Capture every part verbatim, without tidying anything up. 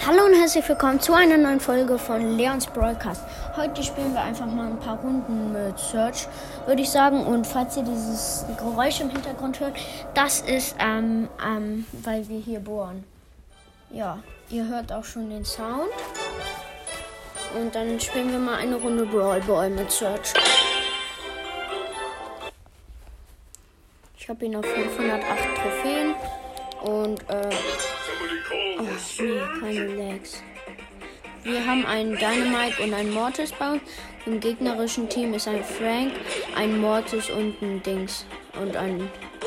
Hallo und herzlich willkommen zu einer neuen Folge von Leons Broadcast. Heute spielen wir einfach mal ein paar Runden mit Search, würde ich sagen. Und falls ihr dieses Geräusch im Hintergrund hört, das ist, ähm, ähm, weil wir hier bohren. Ja, ihr hört auch schon den Sound. Und dann spielen wir mal eine Runde Brawl Ball mit Search. Ich habe ihn auf fünfhundertacht Trophäen und, äh... Oh, nee, keine Lags. Wir haben einen Dynamite und einen Mortis bei uns. Im gegnerischen Team ist ein Frank, ein Mortis und ein Dings. Und ein...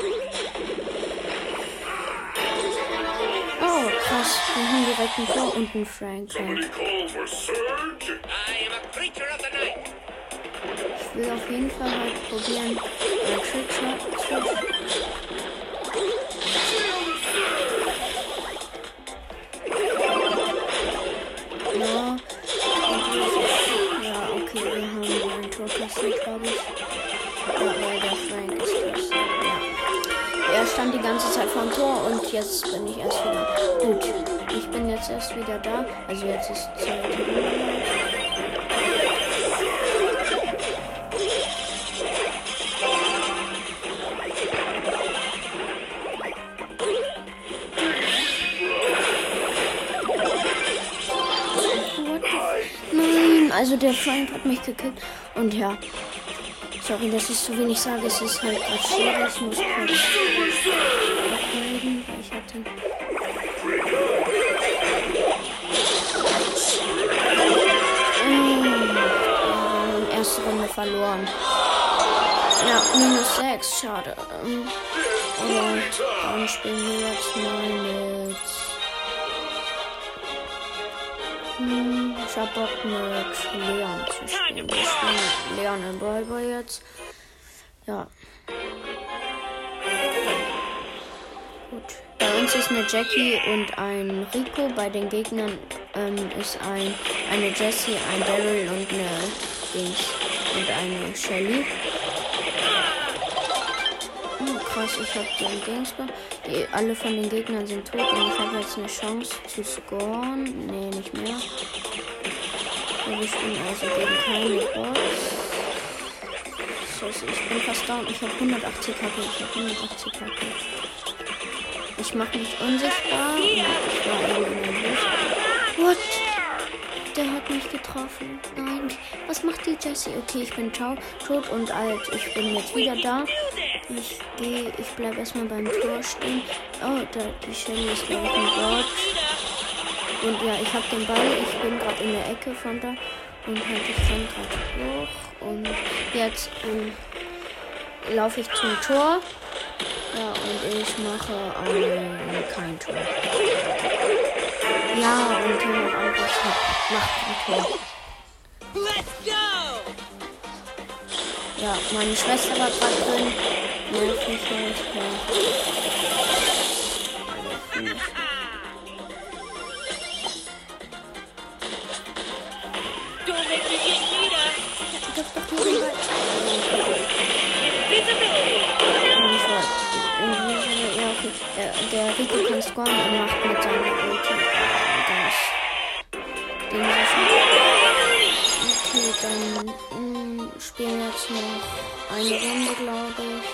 Oh, krass. Wir haben direkt einen Tor und einen Frank. Ich will auf jeden Fall halt probieren, einen Trickshot zu... Ja, ja, okay, wir haben ein Tor kassiert, glaube ich. Ja, weil der Frank ist das. Ja. Er stand die ganze Zeit vor dem Tor und jetzt bin ich erst wieder. Gut, ich bin jetzt erst wieder da. Also jetzt ist Zeit. Also der Frank hat mich gekillt und ja, sorry, dass ich zu wenig sage, es ist halt gerade schwierig, ich muss kurz abmelden, weil ich hatte... Oh, ja, erste Runde verloren. Ja, minus sechs, schade. Und dann spielen wir jetzt mal mit... Hm, ich hab Bock mit Leon zu spielen. Wir spielen Leon im Brawl Ball jetzt. Ja. Gut. Bei uns ist eine Jackie und ein Rico. Bei den Gegnern ähm, ist ein, eine Jessie, ein Daryl und eine Dings und eine Shelly. Oh, krass, ich hab den Dings. Die, alle von den Gegnern sind tot und ich habe jetzt eine Chance zu scoren. Nee, nicht mehr. Wir spielen also gegen keine Bots. Scheiße, ich bin fast down. Ich habe hundertachtzig K P. Ich habe hundertachtzig K P. Ich mache mich unsichtbar. Ich war irgendwie in Licht. What? Der hat mich getroffen. Nein. Was macht die Jessie? Okay, ich bin tot und alt. Ich bin jetzt wieder da. Ich gehe, ich bleibe erstmal beim Tor stehen. Oh, da, die Shelly ist glaube ich ein Bot. Und ja, ich habe den Ball. Ich bin gerade in der Ecke von da. Und halt, ich renn gerade hoch. Und jetzt ähm, laufe ich zum Tor. Ja, und ich mache ein, kein Tor. Ja, und jemand anderes macht ein Tor. Ja, meine Schwester war gerade drin. Nerv mich halt. Ja. Ich hab doch nur den Ja, okay. Der, der Rico kann scoren und macht mit seiner Ulti das Ding so schnell. Okay, dann mh, spielen wir jetzt noch eine Runde, glaube ich.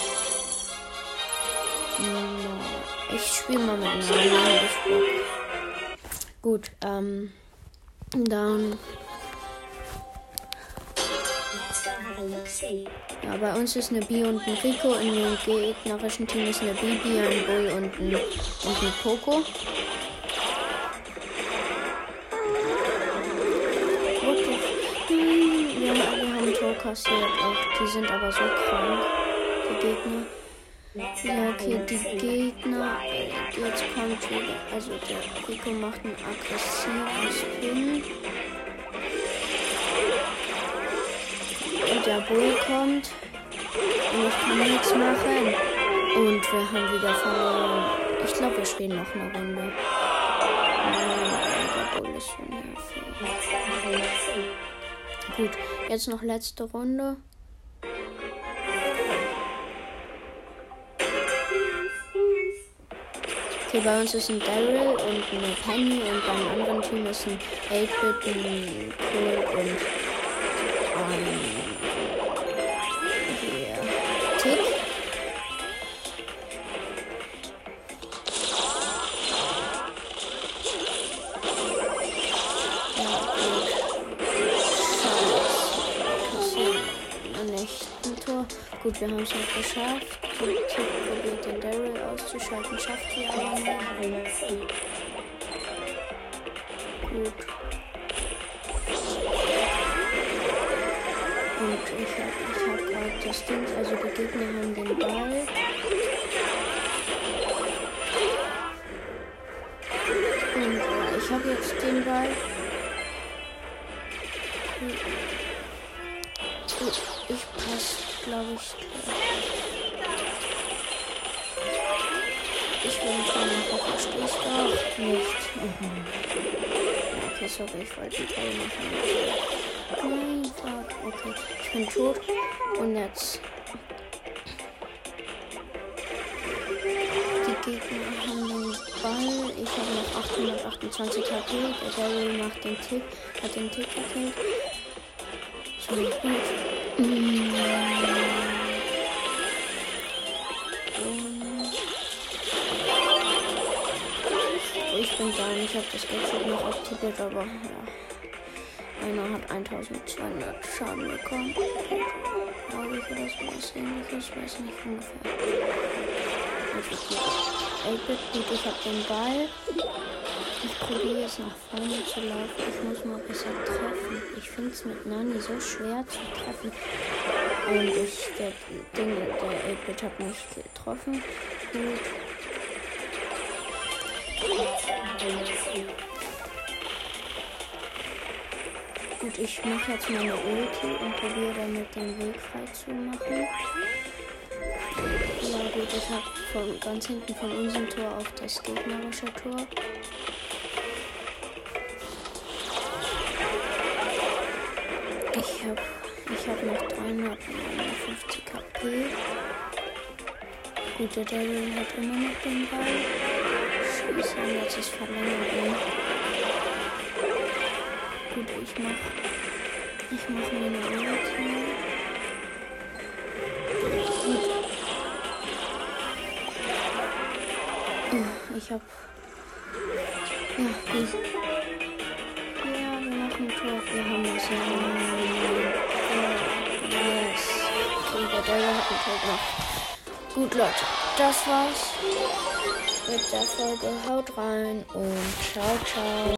Ich spiele mal mit einem Bock. Gut, ähm, dann. Ja, bei uns ist eine B und ein Rico. In dem gegnerischen Team ist eine Bibi, ein Bull und ein, und ein Poco. Hm, wir haben ein Tor kassiert. Auch die sind aber so krank, die Gegner. Ja, okay, die Gegner, jetzt kommt wieder, also der Rico macht ein aggressives Pin. Und der Bull kommt und ich kann nichts machen. Und wir haben wieder verloren. Ich glaube, wir spielen noch eine Runde. Der Bull ist so nervig. Gut, jetzt noch letzte Runde. Okay, bei uns ist ein Daryl und eine Penny und beim anderen Team ist ein acht-Bit, ein Colt und ein hier, Tick. Ja, gut. Schade. Nicht ein Tor. Gut, wir haben es nicht geschafft. Tick probiert den Daryl auszuschalten, schafft hier aber nicht. Gut. Und ich habe ich hab gerade das Ding, also die Gegner haben den Ball. Und äh, ich habe jetzt den Ball. Gut, ich passe, glaube ich. Ich will nicht mehr machen, verstehst du auch nicht. Mhm. Okay, sorry, ich wollte die Ball machen. Nein, fuck. Okay, ich bin tot. Und jetzt. Die Gegner haben den Ball. Ich habe noch achthundertachtundzwanzig H P. Der Daryl macht den Tick, hat den Tick gekillt. So gut. Mm. Ich bin da, ich habe das Gadget noch aktiviert, aber ja. Einer hat eintausendzweihundert Schaden bekommen. Glaube ich, oder so was ähnliches, weiß nicht ungefähr. Also gut. acht-Bit, gut, ich habe den Ball. Ich probiere jetzt nach vorne zu laufen. Ich muss mal besser treffen. Ich finde es mit Nani so schwer zu treffen. Und ich, der Ding, der acht-Bit hat mich getroffen. Gut. Gut, ich mache jetzt meine Ulti und probiere damit den Weg frei zu machen. Ja gut, ich habe von ganz hinten von unserem Tor auf das gegnerische Tor. Ich habe ich hab noch dreihundertneunundfünfzig H P. Gut, der Daryl hat immer noch den Ball. Scheiße, jetzt ist Verlängerung. Gut, ich mach, ich mach meine Ulti. Gut. Ich hab, ja, gut. Ja, wir machen Tor. Wir haben das ja. Yes. Okay, der Daryl hat ein Tor gemacht. Gut, Leute, das war's mit der Folge. Haut rein und ciao, ciao.